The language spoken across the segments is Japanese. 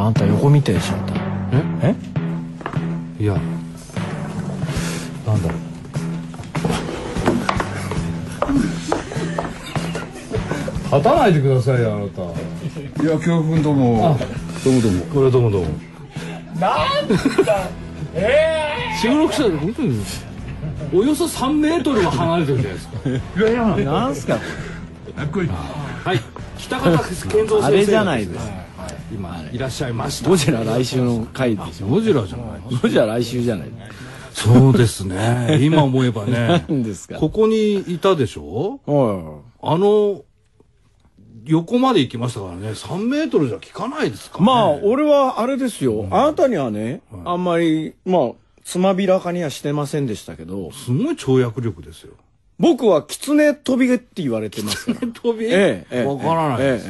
あんた横見てでしょ。え？ いや、なんだろう。立たないでくださいよ、あなた。 いや、京君どうも。どうもどうも。 これどうもどうも。 なんだ。 収録者で本当におよそ3メートルは離れてるじゃないですか。 いやいや、なんすか。 はい、北方健三先生。 あれじゃないですか。 今いらっしゃいました。 ゴジラ来週の回でしょ。 ゴジラじゃない。 ゴジラ来週じゃない。 そうですね。今思えばね。 何ですか。 ここにいたでしょ。横まで行きましたからね。3メートルじゃ効かないですかね。 まあ俺はあれですよ。あなたにはね、あんまりつまびらかにはしてませんでしたけど。 すごい跳躍力ですよ。 僕は狐飛びって言われてますから。 狐飛び？わからないです。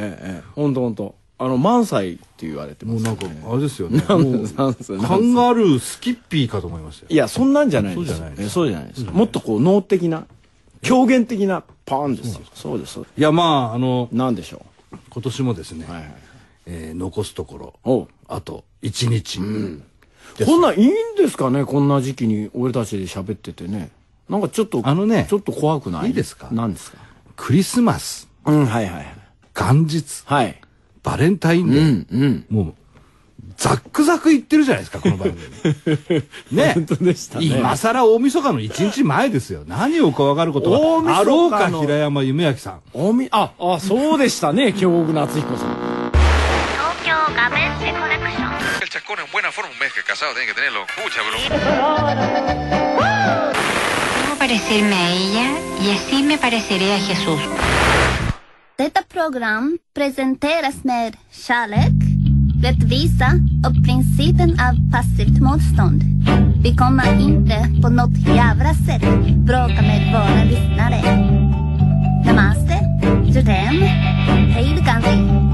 本当。満載って言われてます。 もうなんかあれですよね。 カンガルースキッピーかと思いましたよ。 いや、そんなんじゃないです。そうじゃないです。もっとこう脳的な狂言的なパーンですよ。そうです。 いや、まあなんでしょう。今年もですね。残すところあと1日。 こんなんいいんですかね、こんな時期に俺たちで喋っててね。なんかちょっとちょっと怖くない？ いいですか？ 何ですか？ クリスマス。 はい。 元日。 はい。 バレンタインデー。もうザックザク言ってるじゃないですか、この番組。ね。 本当でしたね。 今更大晦日の1日前ですよ。何を怖がることがあろうか、平山夢明さん。 そうでしたね、京極夏彦さん。 東京画面セコレクション。 El chascón en buena forma, un mes que casado tiene que tenerlo. Pucha, bro. Debo parecerme a ella y así me pareceré a Jesús. Detta program presenteras med kärlek, rättvisa och principen av passivt motstånd. Vi kommer inte på något jävla sätt bråka med våra lyssnare. Namaste, Jodem, hej då Gandhi.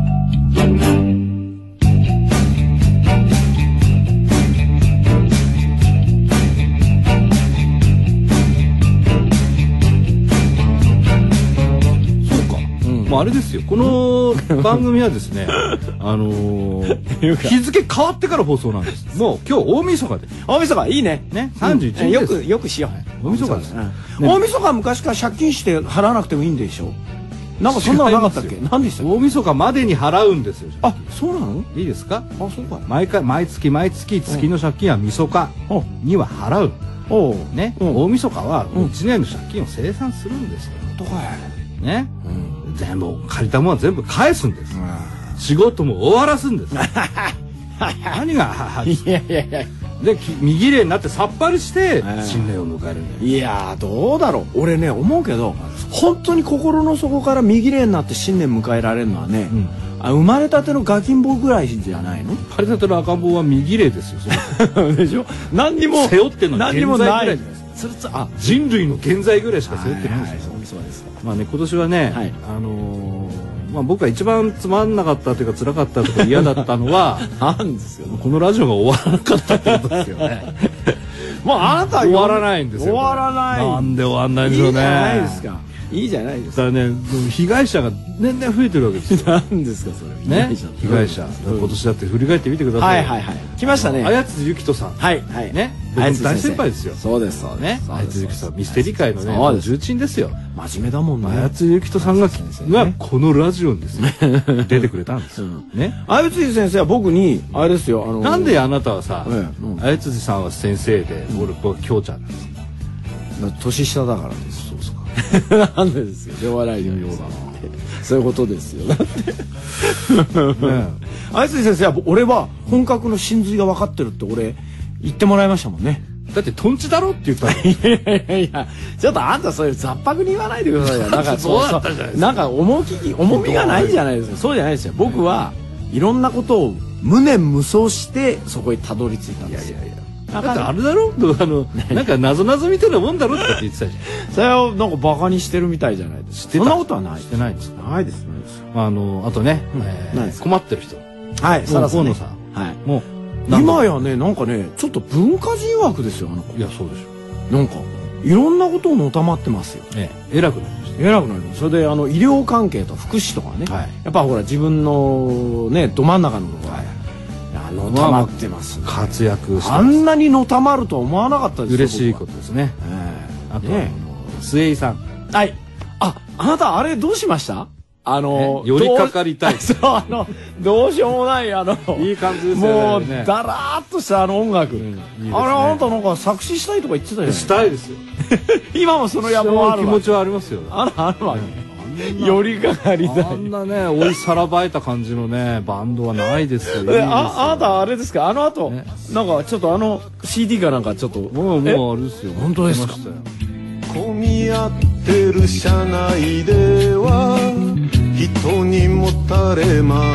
あれですよ、この番組はですね日付変わってから放送なんです。もう今日大晦日で。 大晦日いいね。 31日です。 よくしよう。 大晦日です。 大晦日は昔から借金して払わなくてもいいんでしょ。なんかそんなのなかったっけ？何でしたっけ？ 大晦日までに払うんですよ。 あ、そうなの？ いいですか？ あ、そうか。 毎月月の借金は晦日には払う。ね。大晦日は1年の借金を清算するんですよ。 とかね。全部借りたものは全部返すんです。仕事も終わらすんです。何がいやで身綺麗になってさっぱりして新年を迎えるんだよ。 いやどうだろう。俺ね思うけど本当に心の底から身綺麗になって新年迎えられるのはね、生まれたてのガキンボぐらいじゃないの？ 生まれたての赤ん坊は身綺麗ですよ。 でしょ。何にも背負っての何にもない。 人類の現在ぐらいしか背負ってないんですよ。 そうですか。 まあね、今年はね、まあ僕が一番つまんなかったというか辛かったとか嫌だったのはなんですよ。 このラジオが終わらなかったってことですよね。 もうあなたは終わらないんですよ。 終わらない。 なんで終わんないんでしょうね。 いいじゃないですか。いいじゃないですか。 だからね、被害者が年々増えてるわけですよ。 なんですかそれ。 ね。被害者。今年だって振り返ってみてください。 来ましたね。 綾津ゆきとさん。ね。大先輩ですよ。 そうですそうね。綾津ゆきさんミステリー界のね重鎮ですよ。 真面目だもんね。 綾津ゆきとさんがこのラジオにですね出てくれたんですよ。ね。 綾津先生は僕にあれですよ。 なんであなたはさ、綾津さんは先生で俺は京ちゃんなんですか。 年下だからです。 そうですか。 なんでですよ。昭和ライジオ用だな。そういうことですよ。だって。綾津先生は俺は本格の真髄が分かってるって俺言ってもらいましたもんね。 だってトンチだろって言ったら。 いやちょっとあんたそういう雑白に言わないでくださいよ。なんかそうだったじゃないですか。 なんか重みがないじゃないですか。そうじゃないですよ。僕はいろんなことを無念無想してそこにたどり着いたんですよ。 だってあれだろ、なんか謎みたいなもんだろって言ってたじゃん。 それをなんかバカにしてるみたいじゃないですか。そんなことはない。 してないです。 ないですね。 あとね、困ってる人。 はい、 サラさん。はい。もう今やね、なんかね、ちょっと文化人枠ですよ、あの子。 いや、そうでしょ。 なんかいろんなことをのたまってますよ。 偉くなりました。 偉くなります。それで医療関係と福祉とかね、やっぱほら自分のねど真ん中のところのたまってます、 活躍してあんなにのたまると思わなかったですよ。 嬉しいことですね。あと末井さん。 はい。あなたあれどうしました？ 寄りかかりたい。 そうどうしようもないいい感じですよね。 もうだらーっとした音楽。 いいですね。 あなたなんか作詞したいとか言ってたよね。 したいですよ。 今もその野望あるわ。 気持ちはありますよ。 あるわね。寄りかかりたい。 あんなね追いさらばえた感じのねバンドはないですよ。 あなたあれですか？後なんかちょっとCD かなんかちょっともうあれですよ。 本当ですか？ 混み合ってる車内では人にもたれます。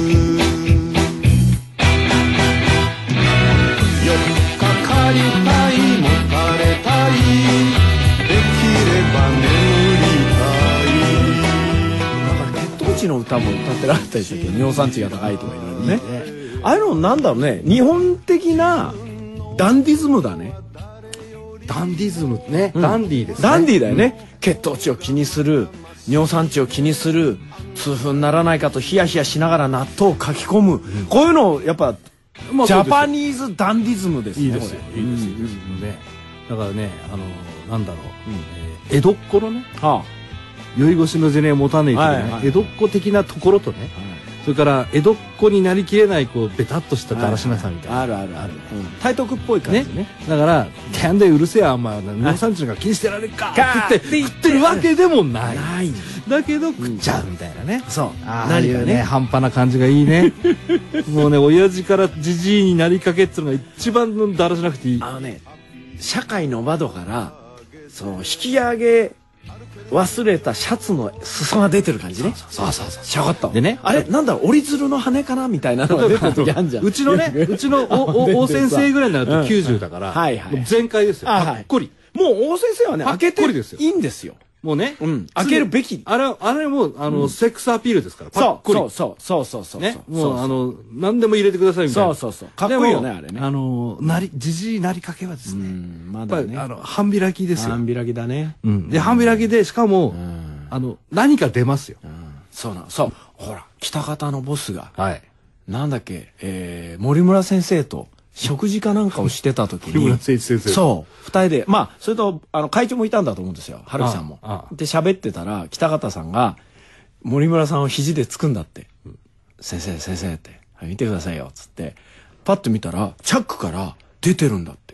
よっかかりたいもたれたいできれば眠りたい。 血糖値の歌も歌ってられたりして、尿酸値が高いとかいろいろね。ああいうのなんだろうね、日本的なダンディズムだね。 ダンディズムね、ダンディーですね。 ダンディーだよね。血糖値を気にする、尿酸値を気にする、痛風にならないかとヒヤヒヤしながら納豆をかき込む、こういうのをやっぱジャパニーズダンディズムですね。 いいですよ。いいですよ。だからねなんだろう、江戸っ子のね、酔い越しのジェネ持たねえけどね、江戸っ子的なところとね、それから江戸っ子になりきれないこうベタっとしただらしなさみたいな、 ある台東区っぽい感じね。 だから「てんでうるせえあんま尿酸値が気にしてられっか」って言ってるわけでもないだけど食っちゃうみたいなね。 そう何かね半端な感じがいいね。もうね親父からじじいになりかけっていうのが一番のだらしなくていい。 社会の窓から引き上げ忘れたシャツの裾が出てる感じね。 そうしゃがったでね、 あれなんだろう、折り鶴の羽かなみたいなのが出てる時あるじゃん。 うちの王先生ぐらいになると90だから全開ですよ。かっこり。 もう王先生はね開けていいんですよ。 もうね、 開けるべき。 あれもセックスアピールですから。かっこり。 そうね、もう何でも入れてくださいみたいな。 そうかっこいいよねあれね。 じじいなりかけはですね、 まだね半開きですよ。 半開きだね。 で半開きでしかも何か出ますよ。 そうほら北方のボスがなんだっけ森村先生と食事かなんかをしてた時に森村先生そう二人でそれと会長もいたんだと思うんですよ、春樹さんも。で喋ってたら北方さんが森村さんを肘でつくんだって「先生って見てくださいよ」っつってパッと見たらチャックから出てるんだって。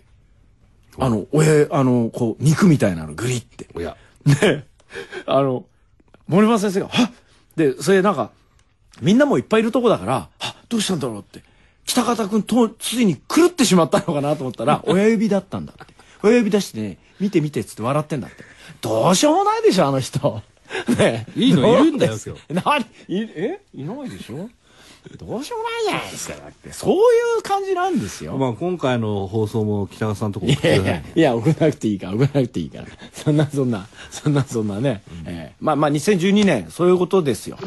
こう肉みたいなのグリって。で森村先生が「はっ!」でそれなんかみんなもいっぱいいるとこだから「はっどうしたんだろう」って北方君とついに狂ってしまったのかなと思ったら親指だったんだって。親指出してね「見て見て」っつって笑ってんだって。どうしようもないでしょあの人。ねいいのいるんだよ今日。 いないでしょ。どうしようもないじゃないですか。だってそういう感じなんですよ。 今回の放送も北川さんのとこ送ってください。 いや送らなくていいからそんなね。2012年そういうことですよ。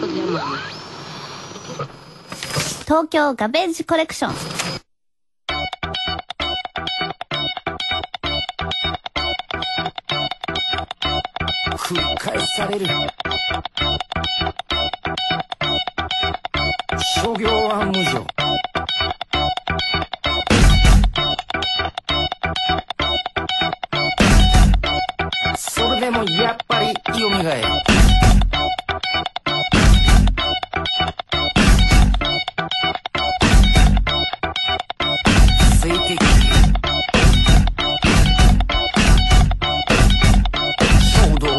東京ガベージコレクション。 繰り返される諸行は無常。それでもやっぱり蘇る。水滴衝動。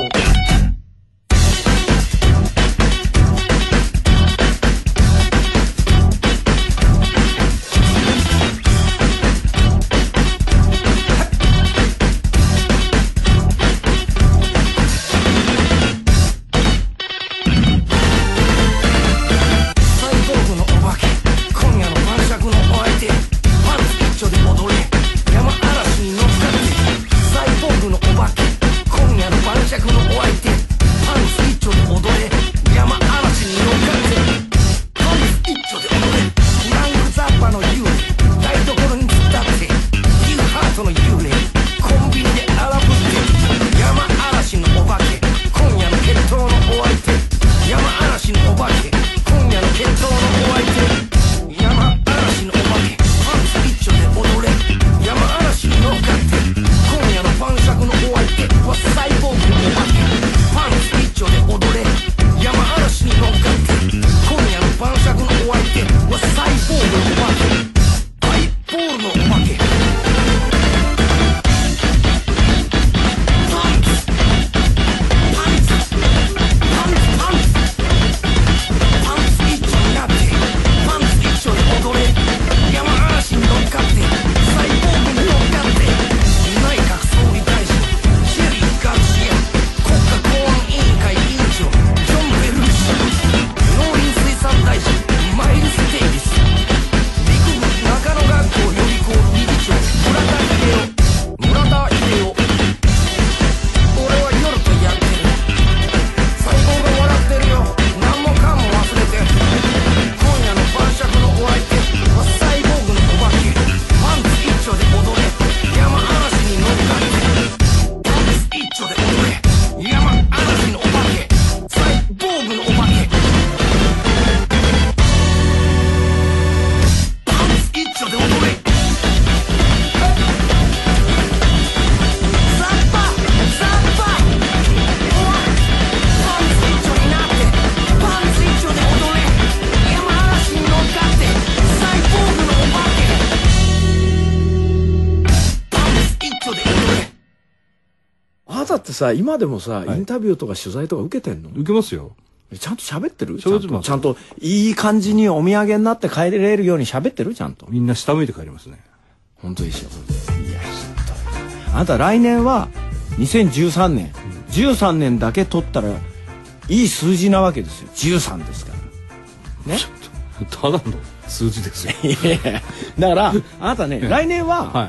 なたってさ今でもさ、インタビューとか取材とか受けてんの？ 受けますよ。 ちゃんと喋ってる？ 喋ってます。 ちゃんといい感じにお土産になって帰れるように喋ってる？ちゃんと。 みんな下向いて帰りますね。 本当ですよ。いやあなた来年は2013年、13年だけ取ったらいい数字なわけですよ。13ですからね。 ただの数字ですよ。 いやだからあなたね、来年は、 はい、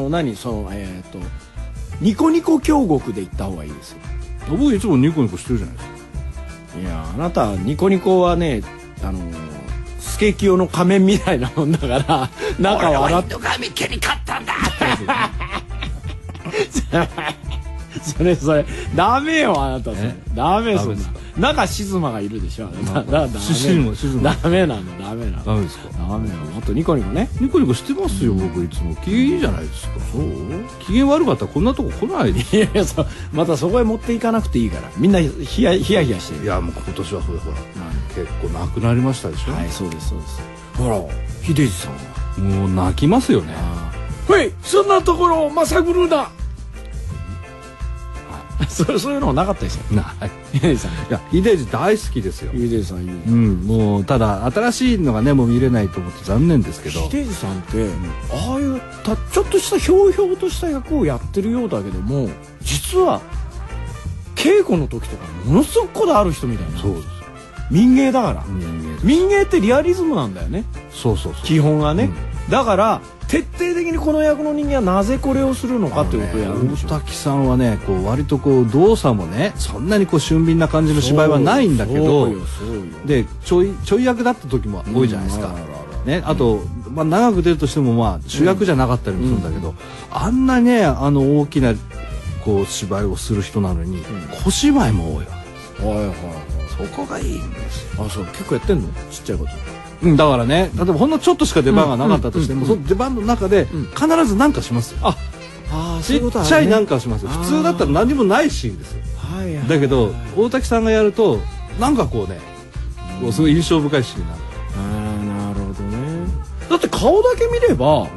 ニコニコ京極で行った方がいいですよ。 僕いつもニコニコしてるじゃないですか。 いやあなたニコニコはねスケキヨの仮面みたいなもんだから中は洗って俺は糸神家に勝ったんだそれダメよあなたそれダメそんな中静馬がいるでしょ。ダメなのダメなの。 ダメですか？ ダメなの。もっとニコニコね。 ニコニコしてますよ僕いつも。機嫌いいじゃないですか。そう？機嫌悪かったらこんなとこ来ないで。 いやまたそこへ持っていかなくていいからみんなヒヤヒヤしてる。 いやもう今年はほら結構なくなりましたでしょ。 はいそうです。ほら秀治さんはもう泣きますよね。 ほいそんなところをまさぐるな。そういうのなかったですよ。 ない。秀治さん。いや秀治大好きですよ。 秀治さんもうただ新しいのがねもう見れないと思って残念ですけど。 秀治さんってああいうちょっとしたひょうひょうとした役をやってるようだけども実は稽古の時とかものすごくこだわる人みたいな。 そうです。 民芸だから。民芸ってリアリズムなんだよね。 そう基本がね。だから徹底的にこの役の人間はなぜこれをするのかということをやるんでしょう。 大滝さんはね割と動作もねそんなに俊敏な感じの芝居はないんだけどでちょい役だった時も多いじゃないですか。ね、あと、長く出るとしても主役じゃなかったりもするんだけど、あんなね大きな芝居をする人なのに、小芝居も多いわけです。そこがいいんですよ。 あ、そう結構やってんのちっちゃいこと。 だからね例えばほんのちょっとしか出番がなかったとしてもその出番の中で必ず何かしますよ。ちっちゃい何かをしますよ。普通だったら何もないシーンですよ。だけど大滝さんがやるとなんかすごい印象深いシーンになる。 なるほどね。だって顔だけ見れば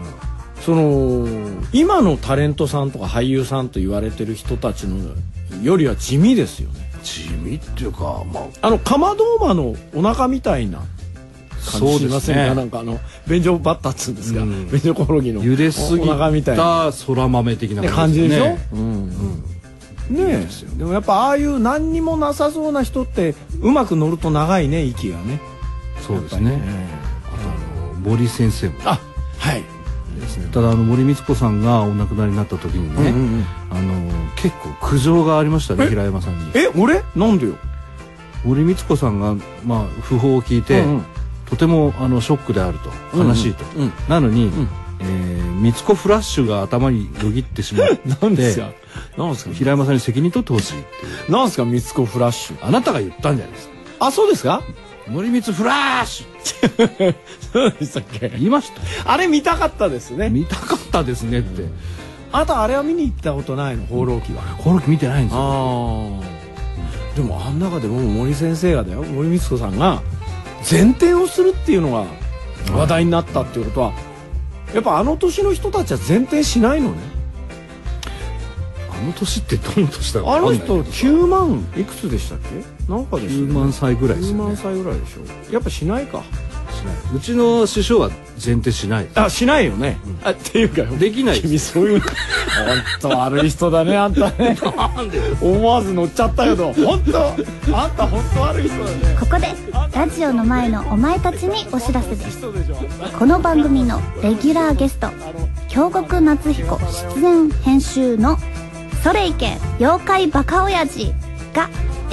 今のタレントさんとか俳優さんと言われてる人たちのよりは地味ですよね。 地味っていうかかまど馬のお腹みたいな感じしませんか？なんか便所バッタっつうんですか、便所コオロギの茹ですぎたそら豆的な感じでしょ。ねえ。でもやっぱああいう何にもなさそうな人ってうまく乗ると長いね息がね。 そうですね。あと森先生も。 はいただ森光子さんがお亡くなりになった時にね結構苦情がありましたね平山さんに。 俺なんでよ。 森光子さんが訃報を聞いてとてもショックであると悲しいと。なのに光子フラッシュが頭によぎってしまってなんですか平山さんに責任取ってほしいっていう。 なんですか光子フラッシュ。 あなたが言ったんじゃないですか。 あ、そうですか。 森光フラッシュそうでしたっけ。 言いました。 あれ見たかったですね。 見たかったですねって。 あなたあれは見に行ったことないの？放浪記は。 放浪記見てないんですよ。 でもあん中でも森先生がだよ、森光子さんが前転をするっていうのが話題になったっていうことはやっぱあの年の人たちは前転しないのね。 あの年ってどの年だろう。 あの人9万いくつでしたっけ？なんかですよね。 9万歳ぐらいですよね。 9万歳ぐらいでしょ。やっぱしないか。 しない。うちの師匠は前転しない。 しないよね。っていうかできない。 君そういう本当悪い人だねあんたね。なんで思わず乗っちゃったけど本当あんた本当悪い人だね。 ここでラジオの前のお前たちにお知らせです。この番組のレギュラーゲスト京極夏彦出演編集のそれいけ妖怪バカ親父が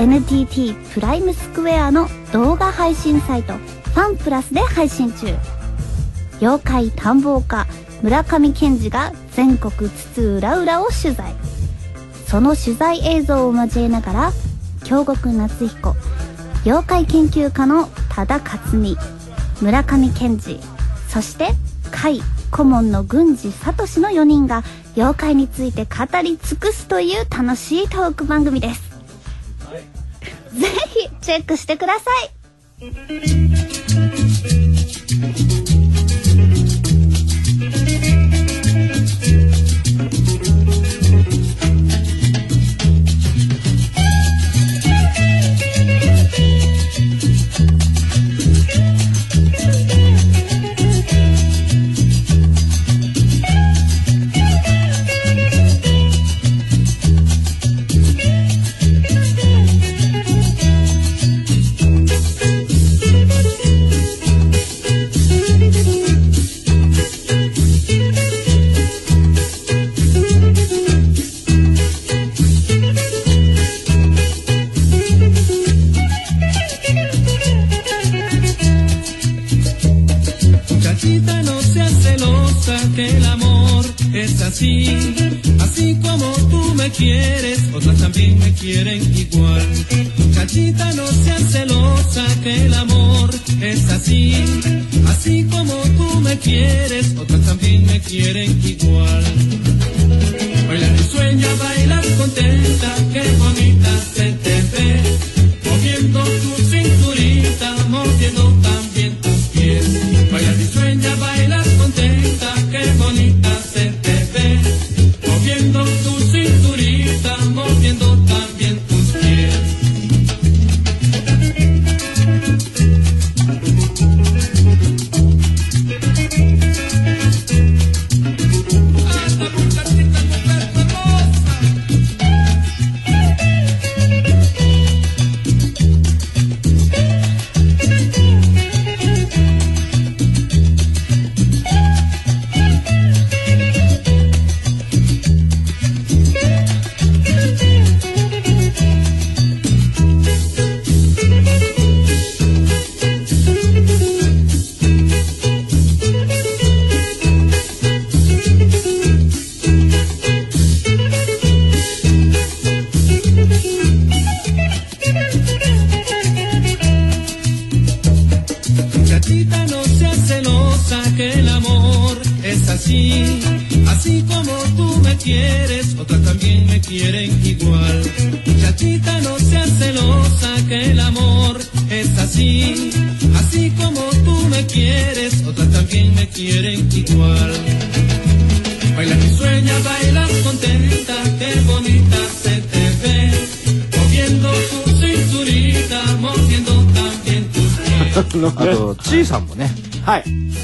NTT プライムスクエアの動画配信サイトファンプラスで配信中。妖怪探訪家村上健二が全国津々浦々を取材。その取材映像を交えながら京極夏彦、妖怪研究家の多田克美、村上健二、そして会顧問の郡司聡の4人が妖怪について語り尽くすという楽しいトーク番組です。ぜひチェックしてください。 quieres, otras también me quieren igual. Muchachita, no seas celosa, que el amor es así. Así como tú me quieres, otras también me quieren igual. Baila y sueña, baila contenta, qué bonita se te ve. Moviendo tu cinturita, moviendo también tus pies. Baila y sueña, baila contenta, qué bonita se te ve. Moviendo tu cinturita, moviendo también tus pies. Muchachita, no seas celosa, que el amor es así. Así como tú me quieres, otras también me quieren igual. Muchachita, no seas celosa, que el amor es así. Así como tú me quieres, otras también me quieren igual. Baila y sueña, baila contenta, qué bonita se te ve. Moviendo tu cinturita, moviendo también tus pies. あと、ちいさんもね。 はい。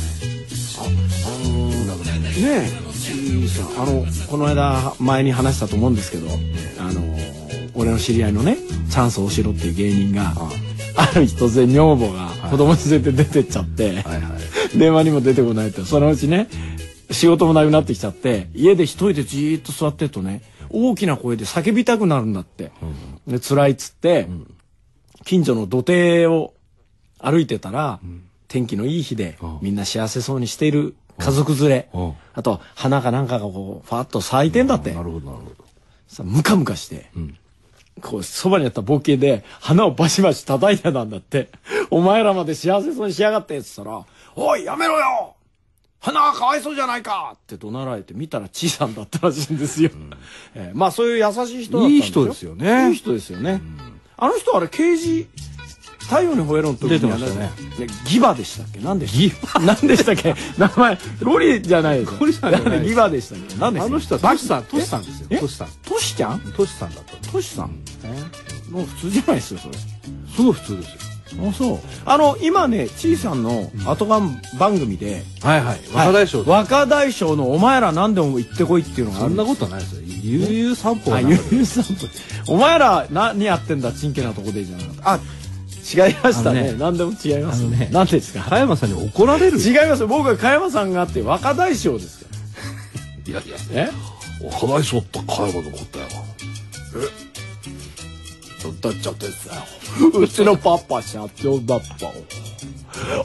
ねえ、ちいさん、この間前に話したと思うんですけど、俺の知り合いのね、チャンス大城っていう芸人が、ある日突然女房が子供連れて出てっちゃって、電話にも出てこないって、そのうちね、仕事もなくなってきちゃって、家で一人でじーっと座ってるとね、大きな声で叫びたくなるんだって。で、辛いっつって、近所の土手を歩いてたら、天気のいい日でみんな幸せそうにしている家族連れ、あと花かなんかがこうファッと咲いてんだって。 なるほどなるほど。 さ、ムカムカして、こうそばにあったボケで花をバシバシ叩いてたんだって。お前らまで幸せそうにしやがってっつったら、おいやめろよ、花がかわいそうじゃないかって怒鳴られて、見たらちいさんだったらしいんですよ。まあそういう優しい人だったんですよ。 いい人ですよね。 いい人ですよね。あの人あれ刑事太陽に吠えろの時にはね、ギバでしたっけ？何でしたっけ？何でしたっけ？名前ロリじゃないですよ。 ロリさんじゃない。 ギバでしたっけ？何でしたっけ？ あの人はトシさん、トシさんですよ。トシさん。 トシちゃん？ トシさんだった。 トシさん。もう普通じゃないですよそれ。 すごい普通ですよ。 あ、そう。今ね、ちいさんの後番組で、 はいはい。若大将。 若大将のお前ら何でも行ってこいっていうのがある。 そんなことないですよ。悠々散歩。 悠々散歩。お前ら何やってんだ、ちんけなとこでじゃなかった。あ、違いましたね。何でも違いますね。何ですか？ 加山さんに怒られる？ 違います。僕は加山さんがあって若大将ですよ。 いやいや。若大将って加山のことだよ。 だっちゃってさ、うちのパパ社長だった。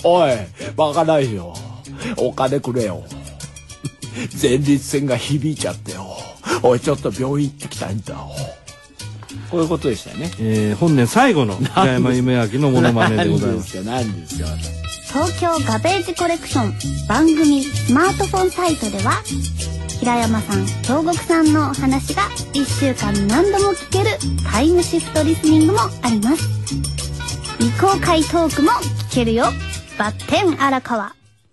おい、バカ大将、お金くれよ。前立腺が響いちゃってよ。おい、ちょっと病院行ってきたいんだ。こういうことでしたよね。 本年最後の平山夢明のモノマネでございます。 何ですか？ 東京ガベージコレクション番組スマートフォンサイトでは、平山さん、京極さんのお話が1週間に何度も聞けるタイムシフトリスニングもあります。未公開トークも聞けるよ。バッテン荒川。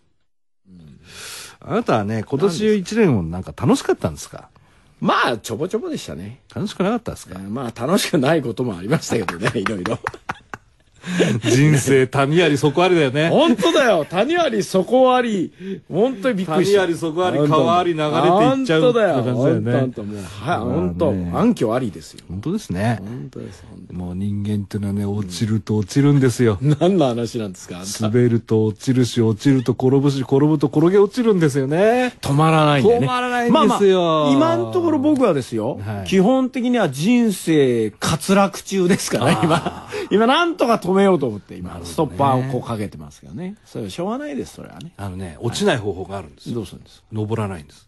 あなたはね、今年1年もなんか楽しかったんですか？ まあちょぼちょぼでしたね。 楽しくなかったですか？ まあ楽しくないこともありましたけどね、いろいろ。 人生谷あり底ありだよね。 本当だよ。谷あり底あり。本当にびっくりした。 谷あり底あり川あり流れていっちゃう。 本当だよ。 本当もう本当暗渠ありですよ。 本当ですね。 本当です。 もう人間ってのはね、落ちると落ちるんですよ。 何の話なんですか？ 滑ると落ちるし、落ちると転ぶし、転ぶと転げ落ちるんですよね。 止まらないんだよね。 止まらないんですよ。 今のところ僕はですよ。基本的には人生滑落中ですから今なんとか止めようと思って今ストッパーをこうかけてますけどね。それはしょうがないです。それはね。 落ちない方法があるんです。 どうするんですか？ 登らないんです。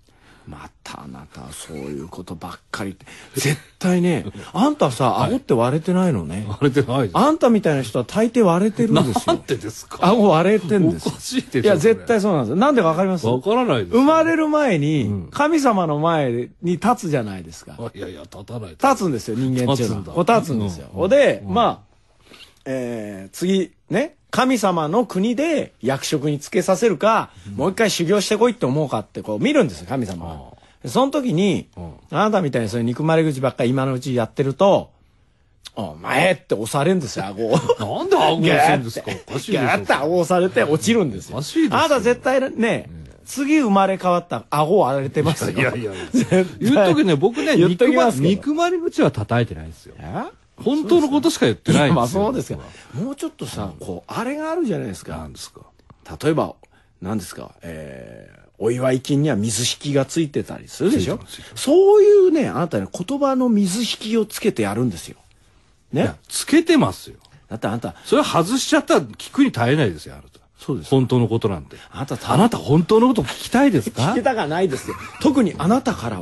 またあなたはそういうことばっかりって絶対ねあんたさ顎って割れてないのね。 割れてないです。 あんたみたいな人は大抵割れてるんですよ。 なんでですか。 顎割れてんです。 おかしいでしょ。 いや絶対そうなんですよ。なんでかわかります？ わからないです。 生まれる前に神様の前に立つじゃないですか。 いやいや立たない。 立つんですよ人間っていうのは。立つんですよ。でまあ次ね。神様の国で役職につけさせるか、もう一回修行してこいって思うかってこう見るんですよ神様は。その時に、あなたみたいにそういう憎まれ口ばっかり今のうちやってると、お前って押されるんですよ顎を。 なんで顎を押すんですか。おかしいでしょ。 ギャーって顎を押されて落ちるんですよ。 おかしいですよ。 あなた絶対ね、次生まれ変わった顎割れてますよ。 いや言っとくね、僕ね憎まれ口は叩いてないですよ。本当のことしか言ってないんですよ。 まあそうですけど、もうちょっとさ、こうあれがあるじゃないですか。 なんですか。 例えば何ですか、お祝い金には水引きがついてたりするでしょ。そういうね、あなたね言葉の水引きをつけてやるんですよ。ね。 つけてますよ。 だってあなたそれ外しちゃったら聞くに耐えないですよあなた。 そうです。 本当のことなんて。 あなた本当のこと聞きたいですか。 聞きたがないですよ。特にあなたからは。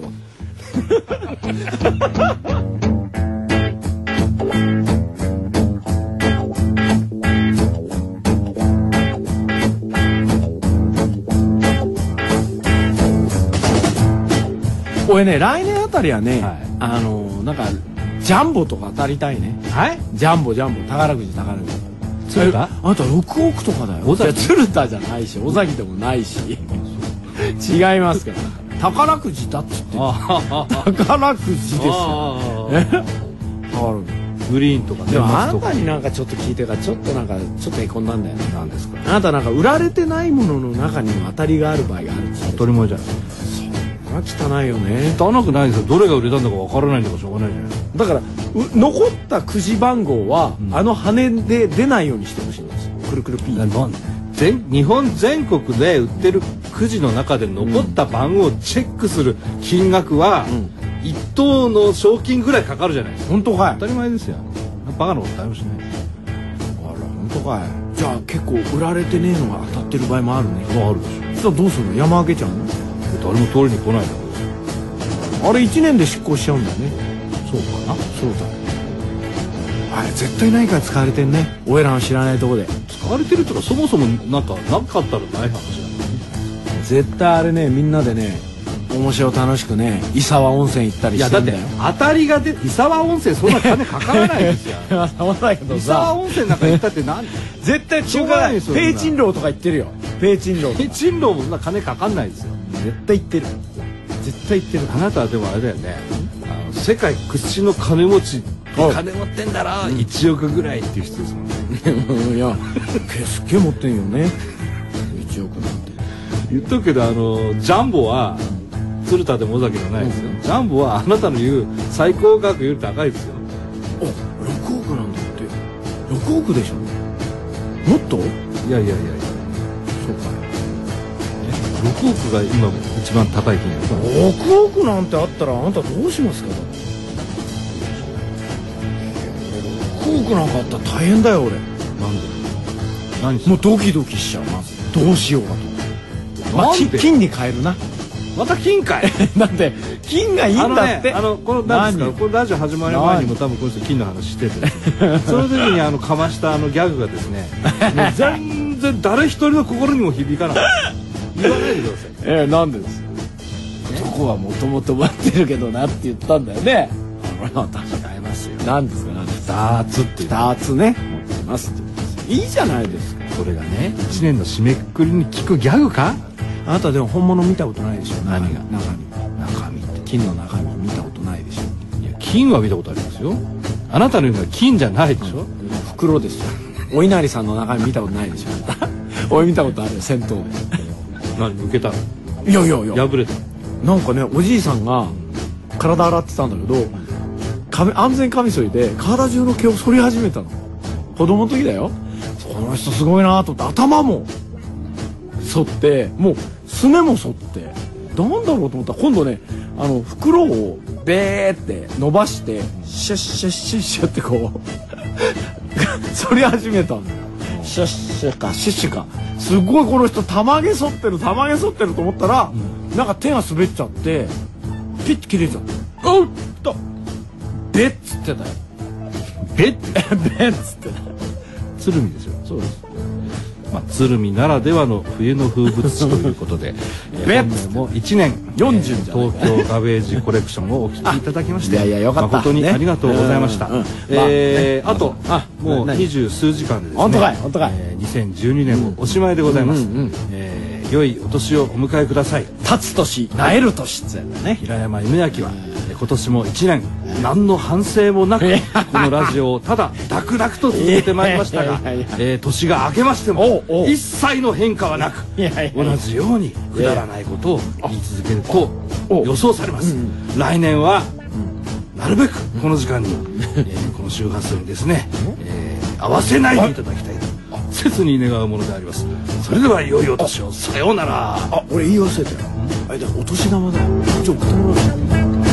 これね、来年あたりはね、なんかジャンボとか当たりたいね。 はい。 ジャンボ宝くじ。 鶴田？ あなた6億とかだよ。 尾崎？ 鶴田じゃないし、尾崎でもないし。違いますから。宝くじだっつって。宝くじですよ。 グリーンとかね。 でもあなたになんかちょっと聞いてからちょっとへこんだんだよね。 なんですか。 あなたなんか売られてないものの中にも当たりがある場合があるんですよ。 当たり前じゃない。 汚いよね。 汚くないですよ。どれが売れたんだかわからないんだからしょうがないじゃない。 だから残ったくじ番号は、あの羽で出ないようにしてほしいんですよ。くるくるピー。 日本全国で売ってるくじの中で残った番号をチェックする金額は、一等の賞金ぐらいかかるじゃないですか。 本当かい。 当たり前ですよ。バカなこと誰もしない。 あら本当かい。じゃあ結構売られてねえのが当たってる場合もあるね。 あるでしょ。 そしたらどうするの？山分けちゃうの？ 誰も通りに来ないだろう。 あれ1年で執行しちゃうんだよね。 そうかな。 そうだ。あれ絶対何か使われてんね。俺らの知らないとこで使われてるとか、そもそもなんかなかったらない話だね。 絶対あれね、みんなでね面白楽しくね伊沢温泉行ったりしてんだよ。 いやだって当たりが出て伊沢温泉そんな金かからないですよ。 そうだけど伊沢温泉なんか行ったってなん絶対中華街ペーチンローとか行ってるよ。ペーチンロー。 ペーチンローもそんな金かかんないですよ。 絶対行ってる。絶対行ってる。 あなたはでもあれだよね。世界屈指の金持ち。金持ってんだら1億ぐらいっていう人ですもんね。 いやすっげえ持ってんよね。1億なんて言っとくけどジャンボは鶴田でも尾崎でもないですよ。ジャンボはあなたの言う最高額より高いですよ。 あ、6億なんだって。6億でしょ。もっと？ いやそうか。 6億が今一番高い金額。 6億なんてあったらあなたどうしますか。6億なんかあったら大変だよ俺。 なんで？何？ もうドキドキしちゃう。まずどうしようかと。まあ金に変えるな。 また金かい。 だって金がいいんだって。 この何ですか。このラジオ始まる前にも多分この人金の話してて、その時にかましたギャグがですね、もう全然誰一人の心にも響かない。言わないでください。 なんでですか。男はもともと待ってるけどなって言ったんだよね。 違いますよ。 なんですか。 2つって 2つね持ってますって。いいじゃないですか。 それがね1年の締めくくりに聞くギャグか。 あなたでも本物見たことないでしょ。 何が？ 中身って金の中身見たことないでしょ。 いや金は見たことありますよ。あなたの言うのは金じゃないでしょ。 袋ですよ。お稲荷さんの中身見たことないでしょ。俺見たことあるよ銭湯で。 何受けたの？ いや破れた。 なんかねおじいさんが体洗ってたんだけど安全カミソリで体中の毛を剃り始めたの。子供の時だよ。この人すごいなと思って頭も剃ってもうすねも剃ってなんだろうと思ったら今度ね袋をベーって伸ばしてシャッシャッシャッシャッってこう剃り始めたの。シャッシャかシュッシュかすごいこの人玉毛剃ってると思ったら、 なんか手が滑っちゃってピッて切れちゃったおっとべっつってたよべっべっつってた鶴見ですよ。 そうですまあ、鶴見ならではの冬の風物詩ということで本年も1年 40 東京ガベージコレクションをお聞きいただきましていやよかった誠にありがとうございました。 ねあともう20数時間でですね本当かい本当かい 2012年もおしまいでございます。良いお年をお迎えください。 立つ年なえる年ってやつだね。 平山夢明は今年も1年何の反省もなくこのラジオをただ楽々と続けてまいりましたが年が明けましても一切の変化はなく同じようにくだらないことを言い続けると予想されます。来年はなるべくこの時間にこの周波数にですね合わせないでいただきたいと切に願うものであります。それでは良いお年を。さようなら。 俺言い忘れたよ。あれだお年玉だよ。ちょっと送ってもらう。